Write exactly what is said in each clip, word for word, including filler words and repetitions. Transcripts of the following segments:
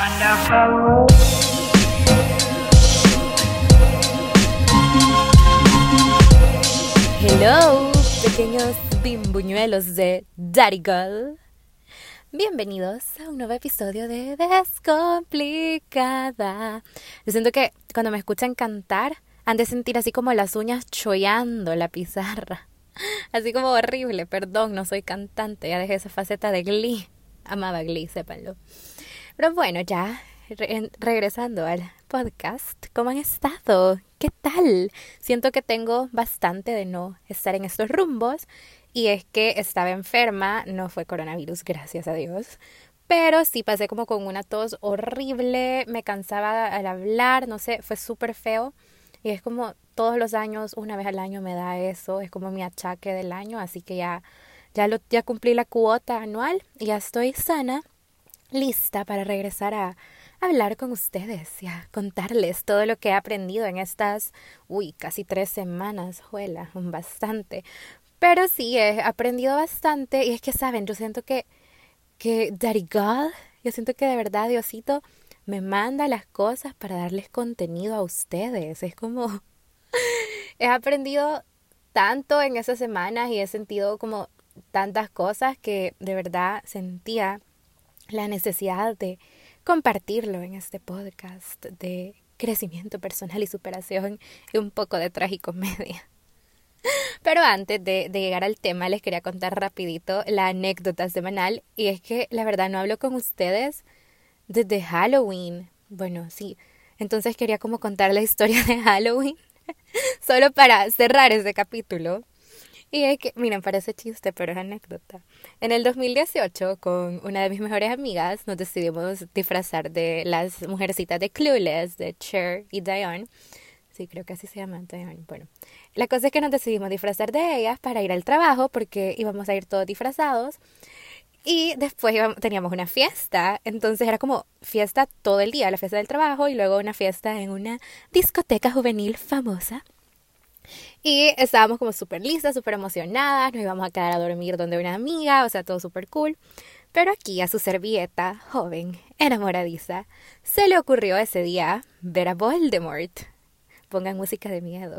Hello, pequeños bimbuñuelos de Daddy Girl. Bienvenidos a un nuevo episodio de Descomplicada. Yo siento que cuando me escuchan cantar, han de sentir así como las uñas chollando la pizarra. Así como horrible, perdón, no soy cantante, ya dejé esa faceta de Glee. Amaba Glee, sépanlo. Pero bueno, ya re- regresando al podcast, ¿cómo han estado? ¿Qué tal? Siento que tengo bastante de no estar en estos rumbos. Y es que estaba enferma, no fue coronavirus, gracias a Dios. Pero sí pasé como con una tos horrible, me cansaba al hablar, no sé, fue súper feo. Y es como todos los años, una vez al año me da eso, es como mi achaque del año. Así que ya, ya, lo, ya cumplí la cuota anual y ya estoy sana, lista para regresar a hablar con ustedes y a contarles todo lo que he aprendido en estas, uy, casi tres semanas, juela, bastante. Pero sí, he aprendido bastante y es que, ¿saben? Yo siento que, que Daddy God, yo siento que de verdad Diosito me manda las cosas para darles contenido a ustedes. Es como, he aprendido tanto en esas semanas y he sentido como tantas cosas que de verdad sentía la necesidad de compartirlo en este podcast de crecimiento personal y superación y un poco de tragicomedia. Pero antes de, de llegar al tema, les quería contar rapidito la anécdota semanal. Y es que la verdad no hablo con ustedes desde Halloween. Bueno, sí. Entonces quería como contar la historia de Halloween. Solo para cerrar ese capítulo. Y es que, miren, parece chiste, pero es anécdota. En el dos mil dieciocho, con una de mis mejores amigas, nos decidimos disfrazar de las mujercitas de Clueless, de Cher y Diane. Sí, creo que así se llama. Bueno, la cosa es que nos decidimos disfrazar de ellas para ir al trabajo porque íbamos a ir todos disfrazados y después íbamos, teníamos una fiesta, entonces era como fiesta todo el día, la fiesta del trabajo y luego una fiesta en una discoteca juvenil famosa. Y estábamos como súper listas, súper emocionadas, nos íbamos a quedar a dormir donde una amiga, o sea, todo súper cool. Pero aquí a su servilleta, joven, enamoradiza, se le ocurrió ese día ver a Voldemort. Pongan música de miedo.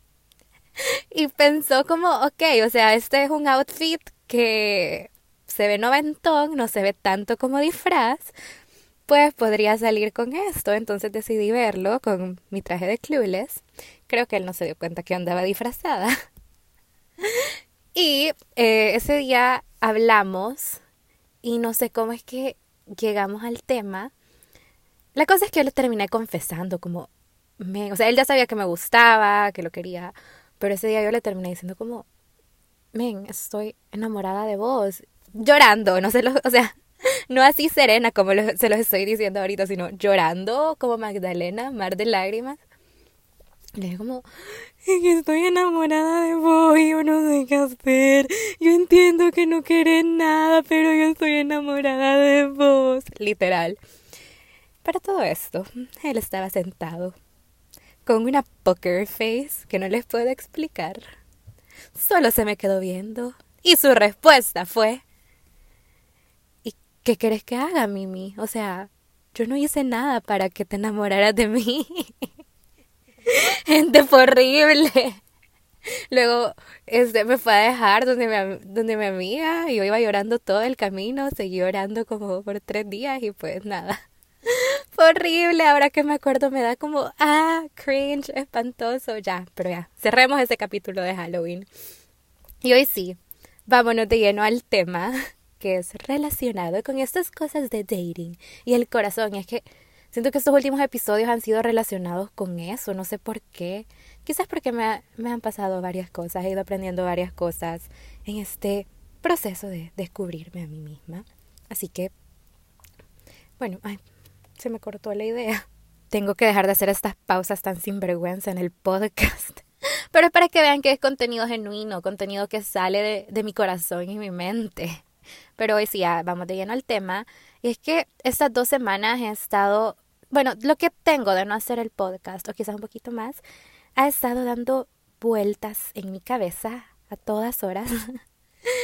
Y pensó como, ok, o sea, este es un outfit que se ve noventón, no se ve tanto como disfraz, pues podría salir con esto. Entonces decidí verlo con mi traje de Clueless. Creo que él no se dio cuenta que andaba disfrazada. Y eh, ese día hablamos y no sé cómo es que llegamos al tema. La cosa es que yo le terminé confesando como, me, o sea, él ya sabía que me gustaba, que lo quería, pero ese día yo le terminé diciendo como, men, estoy enamorada de vos, llorando, no sé, lo, o sea, no así serena como lo, se los estoy diciendo ahorita, sino llorando como Magdalena, mar de lágrimas. Le dije como, es que estoy enamorada de vos y yo no sé qué hacer, yo entiendo que no querés nada, pero yo estoy enamorada de vos, literal. Para todo esto, él estaba sentado con una poker face que no les puedo explicar. Solo se me quedó viendo y su respuesta fue, ¿y qué querés que haga, Mimi? O sea, yo no hice nada para que te enamoraras de mí. Gente, fue horrible. Luego este, me fue a dejar donde mi, donde mi amiga y yo iba llorando todo el camino, seguí llorando como por tres días y pues nada. Fue horrible, ahora que me acuerdo me da como, ah, cringe, espantoso, ya, pero ya, cerremos ese capítulo de Halloween. Y hoy sí, vámonos de lleno al tema que es relacionado con estas cosas de dating y el corazón. Y es que siento que estos últimos episodios han sido relacionados con eso, no sé por qué. Quizás porque me, ha, me han pasado varias cosas, he ido aprendiendo varias cosas en este proceso de descubrirme a mí misma. Así que, bueno, ay, se me cortó la idea. Tengo que dejar de hacer estas pausas tan sinvergüenza en el podcast. Pero es para que vean que es contenido genuino, contenido que sale de, de mi corazón y mi mente. Pero hoy sí, ya vamos de lleno al tema. Y es que estas dos semanas he estado, bueno, lo que tengo de no hacer el podcast, o quizás un poquito más, ha estado dando vueltas en mi cabeza a todas horas.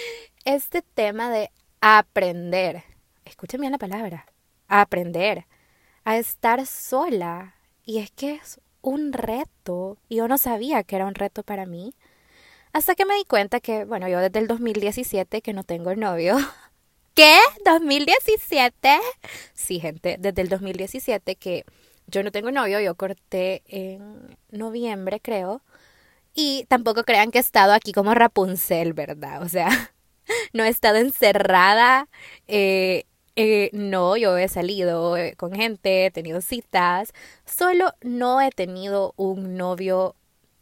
Este tema de aprender. Escuchen bien la palabra. Aprender. a estar sola. Y es que es un reto. Y yo no sabía que era un reto para mí. Hasta que me di cuenta que, bueno, yo desde el dos mil diecisiete que no tengo novio. ¿Qué? ¿dos mil diecisiete? Sí, gente, desde el dos mil diecisiete que yo no tengo novio. Yo corté en noviembre, creo. Y tampoco crean que he estado aquí como Rapunzel, ¿verdad? O sea, no he estado encerrada. Eh, eh, no, yo he salido eh, con gente, he tenido citas. Solo no he tenido un novio,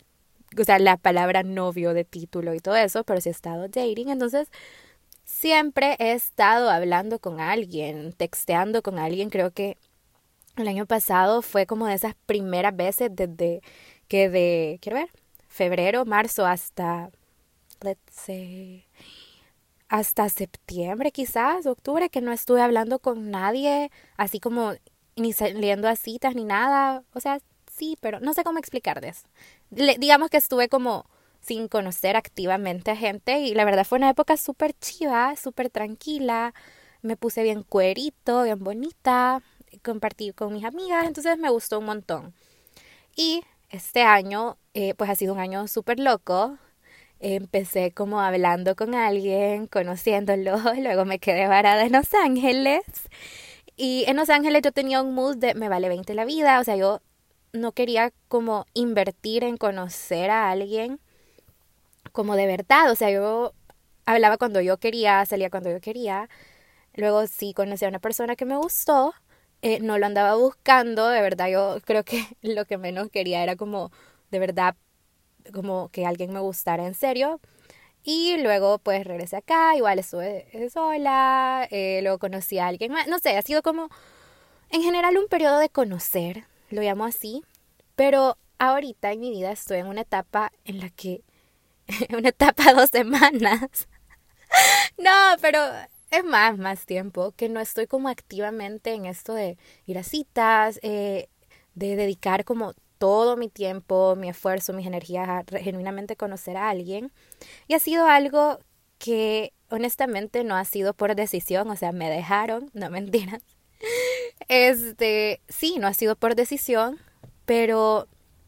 o sea, la palabra novio de título y todo eso, pero sí he estado dating. Entonces, siempre he estado hablando con alguien, texteando con alguien. Creo que el año pasado fue como de esas primeras veces desde que de, quiero ver, febrero, marzo hasta, let's say, hasta septiembre quizás, octubre, que no estuve hablando con nadie, así como ni saliendo a citas ni nada. O sea, sí, pero no sé cómo explicarles. Le, digamos que estuve como sin conocer activamente a gente y la verdad fue una época súper chiva, súper tranquila. Me puse bien cuerito, bien bonita, compartí con mis amigas, entonces me gustó un montón. Y este año, eh, pues ha sido un año súper loco. Empecé como hablando con alguien, conociéndolo, luego me quedé varada en Los Ángeles. Y en Los Ángeles yo tenía un mood de me vale veinte la vida, o sea, yo no quería como invertir en conocer a alguien como de verdad, o sea, yo hablaba cuando yo quería, salía cuando yo quería. Luego sí conocí a una persona que me gustó, eh, no lo andaba buscando, de verdad yo creo que lo que menos quería era como de verdad como que alguien me gustara en serio. Y luego pues regresé acá, igual estuve sola, eh, luego conocí a alguien más, no sé, ha sido como en general un periodo de conocer, lo llamo así, pero ahorita en mi vida estoy en una etapa en la que, una etapa de dos semanas, no, pero es más, más tiempo, que no estoy como activamente en esto de ir a citas, eh, de dedicar como todo mi tiempo, mi esfuerzo, mis energías a re- genuinamente conocer a alguien. Y ha sido algo que honestamente no ha sido por decisión, o sea, me dejaron, no mentiras. Este, sí, no ha sido por decisión, pero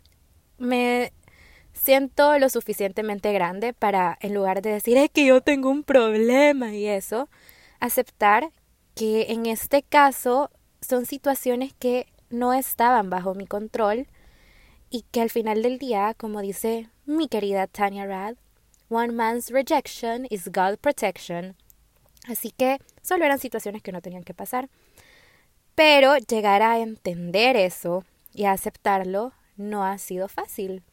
me siento lo suficientemente grande para, en lugar de decir, es que yo tengo un problema y eso, aceptar que en este caso son situaciones que no estaban bajo mi control y que al final del día, como dice mi querida Tanya Rad, one man's rejection is God's protection. Así que solo eran situaciones que no tenían que pasar. Pero llegar a entender eso y a aceptarlo no ha sido fácil.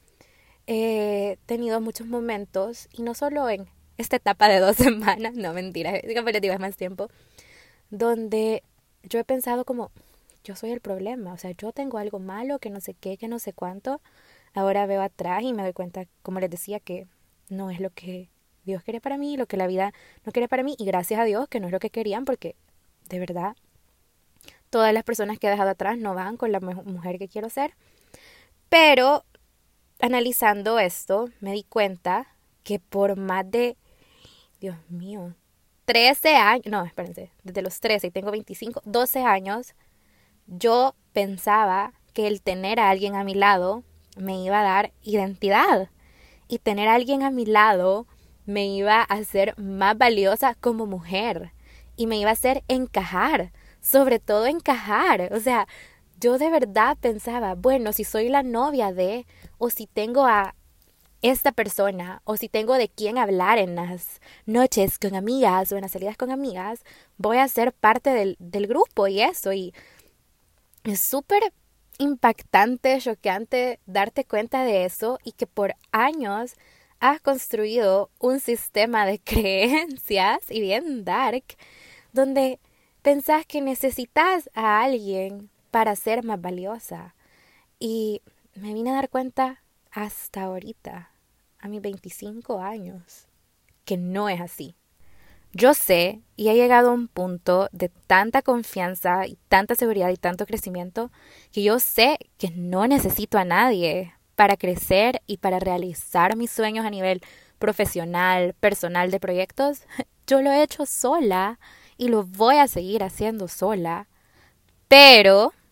He tenido muchos momentos, y no solo en esta etapa de dos semanas, no mentira, como les digo, es más tiempo, donde yo he pensado como, yo soy el problema, o sea, yo tengo algo malo, que no sé qué, que no sé cuánto. Ahora veo atrás y me doy cuenta, como les decía, que no es lo que Dios quiere para mí, lo que la vida no quiere para mí, y gracias a Dios que no es lo que querían, porque de verdad todas las personas que he dejado atrás no van con la mujer que quiero ser. Pero analizando esto, me di cuenta que por más de, Dios mío, trece años, no, espérense, desde los trece y tengo veinticinco, doce años, yo pensaba que el tener a alguien a mi lado me iba a dar identidad. Y tener a alguien a mi lado me iba a hacer más valiosa como mujer. Y me iba a hacer encajar, sobre todo encajar. O sea, yo de verdad pensaba, bueno, si soy la novia de, o si tengo a esta persona, o si tengo de quién hablar en las noches con amigas o en las salidas con amigas, voy a ser parte del, del grupo y eso. Y es súper impactante, choqueante darte cuenta de eso y que por años has construido un sistema de creencias y bien dark donde pensás que necesitas a alguien para ser más valiosa. Y me vine a dar cuenta hasta ahorita, a mis veinticinco años, que no es así. Yo sé y he llegado a un punto de tanta confianza y tanta seguridad y tanto crecimiento que yo sé que no necesito a nadie para crecer y para realizar mis sueños a nivel profesional, personal de proyectos. Yo lo he hecho sola y lo voy a seguir haciendo sola, pero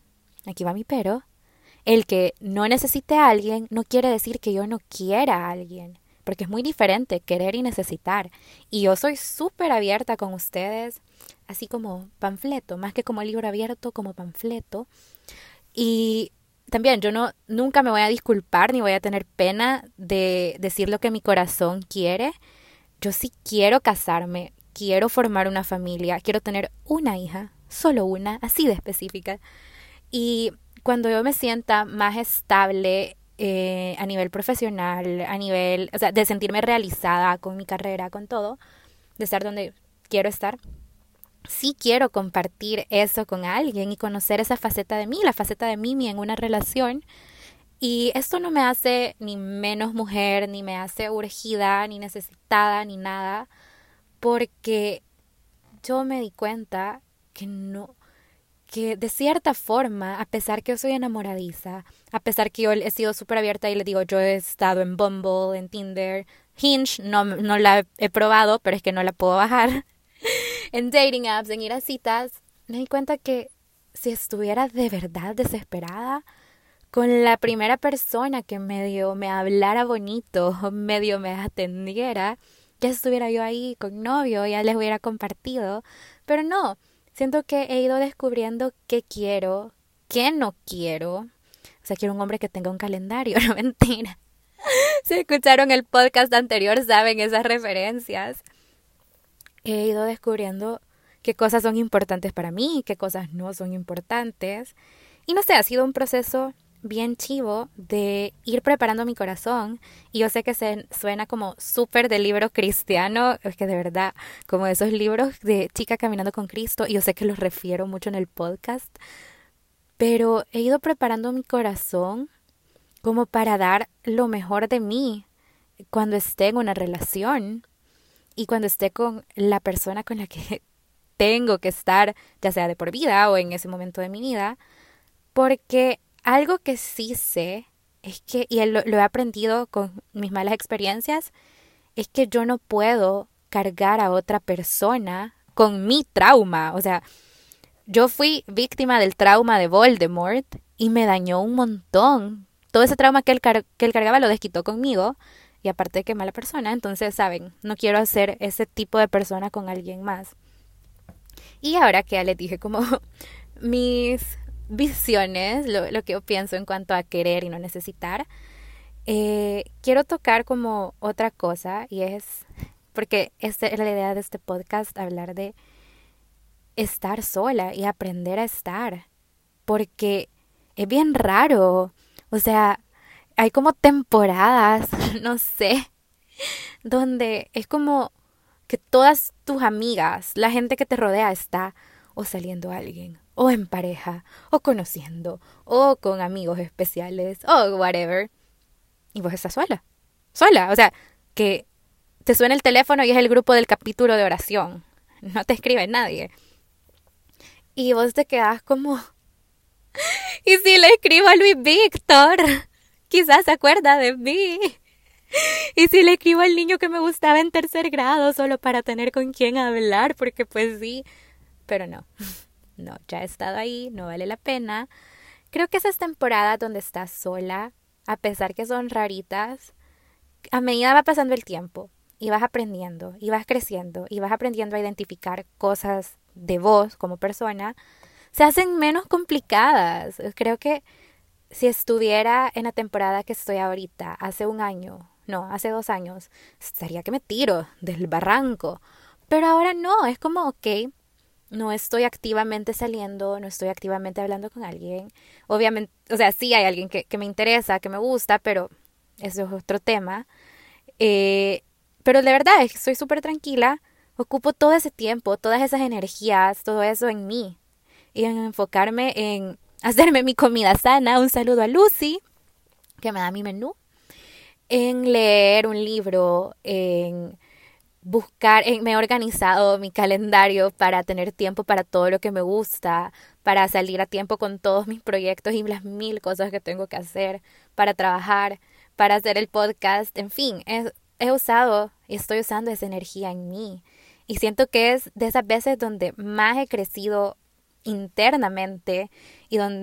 aquí va mi pero, el que no necesite a alguien no quiere decir que yo no quiera a alguien, porque es muy diferente querer y necesitar. Y yo soy súper abierta con ustedes, así como panfleto, más que como libro abierto, como panfleto. Y también yo no nunca me voy a disculpar ni voy a tener pena de decir lo que mi corazón quiere. Yo sí quiero casarme, quiero formar una familia, quiero tener una hija, solo una, así de específica. Y cuando yo me sienta más estable eh, a nivel profesional, a nivel, o sea, de sentirme realizada con mi carrera, con todo, de estar donde quiero estar, sí quiero compartir eso con alguien y conocer esa faceta de mí, la faceta de Mimi en una relación. Y esto no me hace ni menos mujer, ni me hace urgida, ni necesitada, ni nada, porque yo me di cuenta que no, que de cierta forma, a pesar que yo soy enamoradiza, a pesar que yo he sido súper abierta y les digo, yo he estado en Bumble, en Tinder, Hinge, no, no la he probado, pero es que no la puedo bajar, en dating apps, en ir a citas, me di cuenta que si estuviera de verdad desesperada, con la primera persona que medio me hablara bonito, medio me atendiera, ya estuviera yo ahí con novio, ya les hubiera compartido, pero no, siento que he ido descubriendo qué quiero, qué no quiero. O sea, quiero un hombre que tenga un calendario, no mentira. Si escucharon el podcast anterior, saben esas referencias. He ido descubriendo qué cosas son importantes para mí, qué cosas no son importantes. Y no sé, ha sido un proceso bien chivo de ir preparando mi corazón. Y yo sé que se suena como súper de libro cristiano, es que de verdad, como esos libros de chica caminando con Cristo, y yo sé que los refiero mucho en el podcast, pero he ido preparando mi corazón como para dar lo mejor de mí cuando esté en una relación y cuando esté con la persona con la que tengo que estar, ya sea de por vida o en ese momento de mi vida, porque algo que sí sé es que, y lo, lo he aprendido con mis malas experiencias, es que yo no puedo cargar a otra persona con mi trauma. O sea, yo fui víctima del trauma de Voldemort y me dañó un montón. Todo ese trauma que él, car que él cargaba lo desquitó conmigo. Y aparte de que mala persona, entonces, saben, no quiero hacer ese tipo de persona con alguien más. Y ahora que ya les dije como mis visiones, lo, lo que yo pienso en cuanto a querer y no necesitar, eh, quiero tocar como otra cosa y es, porque esta es la idea de este podcast, hablar de estar sola y aprender a estar, porque es bien raro, o sea, hay como temporadas, no sé, donde es como que todas tus amigas, la gente que te rodea está o saliendo a alguien, o en pareja, o conociendo, o con amigos especiales, o whatever. Y vos estás sola, sola, o sea, que te suena el teléfono y es el grupo del capítulo de oración, no te escribe nadie. Y vos te quedás como, ¿y si le escribo a Luis Víctor? Quizás se acuerda de mí. Y si le escribo al niño que me gustaba en tercer grado solo para tener con quién hablar, porque pues sí, pero no, no, ya he estado ahí, no vale la pena. Creo que esas temporadas donde estás sola, a pesar que son raritas, a medida va pasando el tiempo y vas aprendiendo y vas creciendo y vas aprendiendo a identificar cosas de vos como persona, se hacen menos complicadas. Creo que si estuviera en la temporada que estoy ahorita, hace un año, no, hace dos años, estaría que me tiro del barranco. Pero ahora no, es como, ok, no estoy activamente saliendo, no estoy activamente hablando con alguien. Obviamente, o sea, sí hay alguien que, que me interesa, que me gusta, pero eso es otro tema. Eh, pero de verdad, es que estoy súper tranquila. Ocupo todo ese tiempo, todas esas energías, todo eso en mí. Y en enfocarme en hacerme mi comida sana. Un saludo a Lucy, que me da mi menú. En leer un libro, en buscar, en, me he organizado mi calendario para tener tiempo para todo lo que me gusta, para salir a tiempo con todos mis proyectos y las mil cosas que tengo que hacer, para trabajar, para hacer el podcast, en fin, he, he usado y estoy usando esa energía en mí. Y siento que es de esas veces donde más he crecido internamente y donde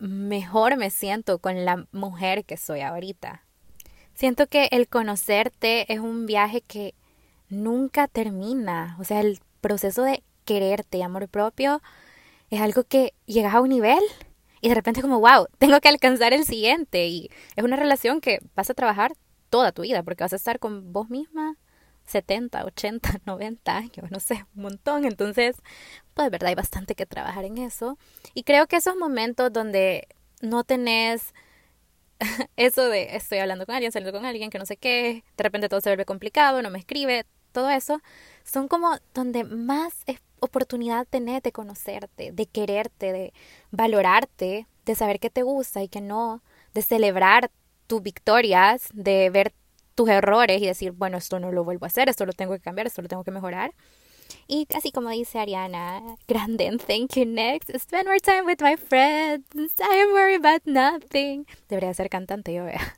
mejor me siento con la mujer que soy ahorita. Siento que el conocerte es un viaje que nunca termina. O sea, el proceso de quererte y amor propio es algo que llegas a un nivel y de repente es como, wow, tengo que alcanzar el siguiente. Y es una relación que vas a trabajar toda tu vida porque vas a estar con vos misma setenta, ochenta, noventa años, no sé, un montón. Entonces, pues de verdad hay bastante que trabajar en eso. Y creo que esos momentos donde no tenés eso de estoy hablando con alguien, saliendo con alguien, que no sé qué, de repente todo se vuelve complicado, no me escribe, todo eso, son como donde más es oportunidad tenés de conocerte, de quererte, de valorarte, de saber qué te gusta y qué no, de celebrar tus victorias, de ver tus errores y decir, bueno, esto no lo vuelvo a hacer, esto lo tengo que cambiar, esto lo tengo que mejorar. Y así como dice Ariana Grande en Thank You Next, spend more time with my friends, I am worried about nothing. Debería ser cantante, yo vea.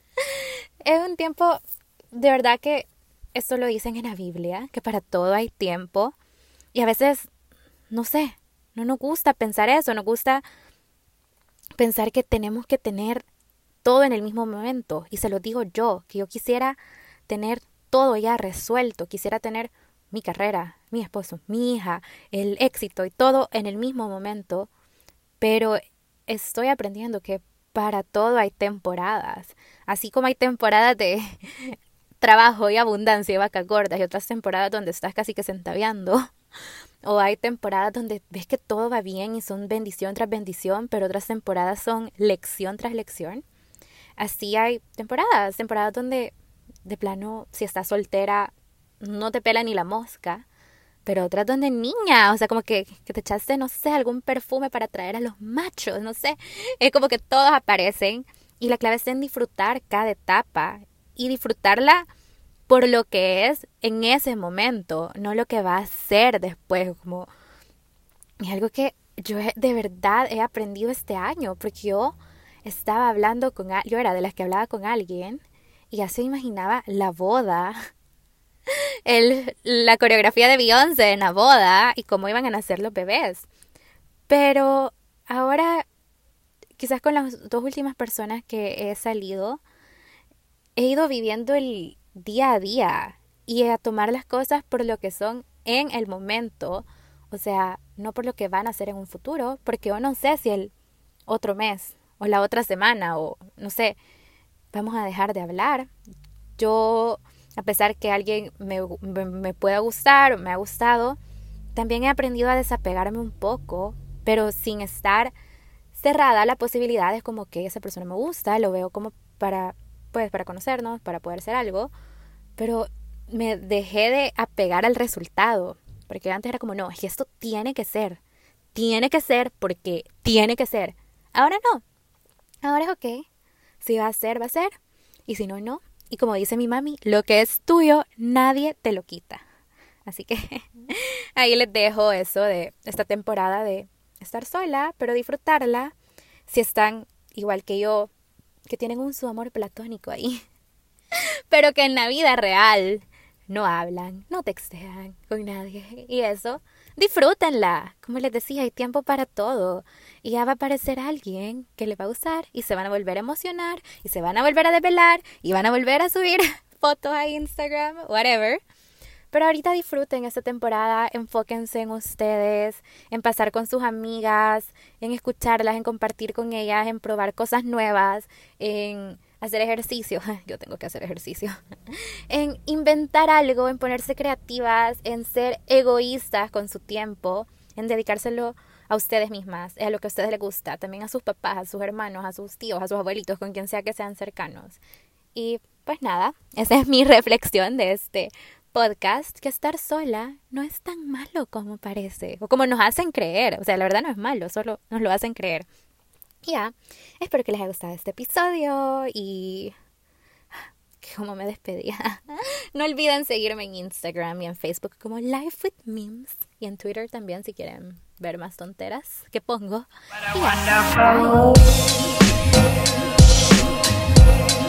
Es un tiempo, de verdad que esto lo dicen en la Biblia, que para todo hay tiempo. Y a veces, no sé, no nos gusta pensar eso, nos gusta pensar que tenemos que tener todo en el mismo momento. Y se lo digo yo, que yo quisiera tener todo ya resuelto, quisiera tener mi carrera, mi esposo, mi hija, el éxito y todo en el mismo momento, pero estoy aprendiendo que para todo hay temporadas, así como hay temporadas de trabajo y abundancia y vacas gordas y otras temporadas donde estás casi que centaveando, o hay temporadas donde ves que todo va bien y son bendición tras bendición, pero otras temporadas son lección tras lección. Así hay temporadas, temporadas donde de plano si estás soltera no te pela ni la mosca, pero otras donde niña, o sea, como que, que te echaste, no sé, algún perfume para atraer a los machos, no sé, es como que todos aparecen y la clave está en disfrutar cada etapa y disfrutarla por lo que es en ese momento, no lo que va a ser después, como es algo que yo de verdad he aprendido este año, porque yo estaba hablando con, yo era de las que hablaba con alguien y ya se imaginaba la boda, El, la coreografía de Beyoncé en la boda y cómo iban a nacer los bebés. Pero ahora, quizás con las dos últimas personas que he salido, he ido viviendo el día a día y a tomar las cosas por lo que son en el momento. O sea, no por lo que van a hacer en un futuro, porque yo no sé si el otro mes o la otra semana o no sé, vamos a dejar de hablar. Yo... A pesar que alguien me, me, me pueda gustar o me ha gustado, también he aprendido a desapegarme un poco, pero sin estar cerrada a la posibilidad de como que esa persona me gusta, lo veo como para, pues, para conocernos, para poder ser algo, pero me dejé de apegar al resultado, porque antes era como, no, es que esto tiene que ser, tiene que ser porque tiene que ser. Ahora no, ahora es ok, si va a ser, va a ser, y si no, no. Y como dice mi mami, lo que es tuyo, nadie te lo quita. Así que ahí les dejo eso de esta temporada de estar sola, pero disfrutarla. Si están igual que yo, que tienen un su amor platónico ahí, pero que en la vida real no hablan, no textean con nadie. Y eso, disfrútenla. Como les decía, hay tiempo para todo. Y ya va a aparecer alguien que les va a gustar y se van a volver a emocionar y se van a volver a desvelar y van a volver a subir fotos a Instagram, whatever. Pero ahorita disfruten esta temporada, enfóquense en ustedes, en pasar con sus amigas, en escucharlas, en compartir con ellas, en probar cosas nuevas, en hacer ejercicio. Yo tengo que hacer ejercicio. En inventar algo, en ponerse creativas, en ser egoístas con su tiempo, en dedicárselo a ustedes mismas, a lo que a ustedes les gusta, también a sus papás, a sus hermanos, a sus tíos, a sus abuelitos, con quien sea que sean cercanos. Y pues nada, esa es mi reflexión de este podcast, que estar sola no es tan malo como parece, o como nos hacen creer. O sea, la verdad no es malo, solo nos lo hacen creer. Y ya, espero que les haya gustado este episodio y... ¿Cómo me despedía? No olviden seguirme en Instagram y en Facebook como Life with Memes, y en Twitter también si quieren ver más tonteras que pongo. Y ya. Bye.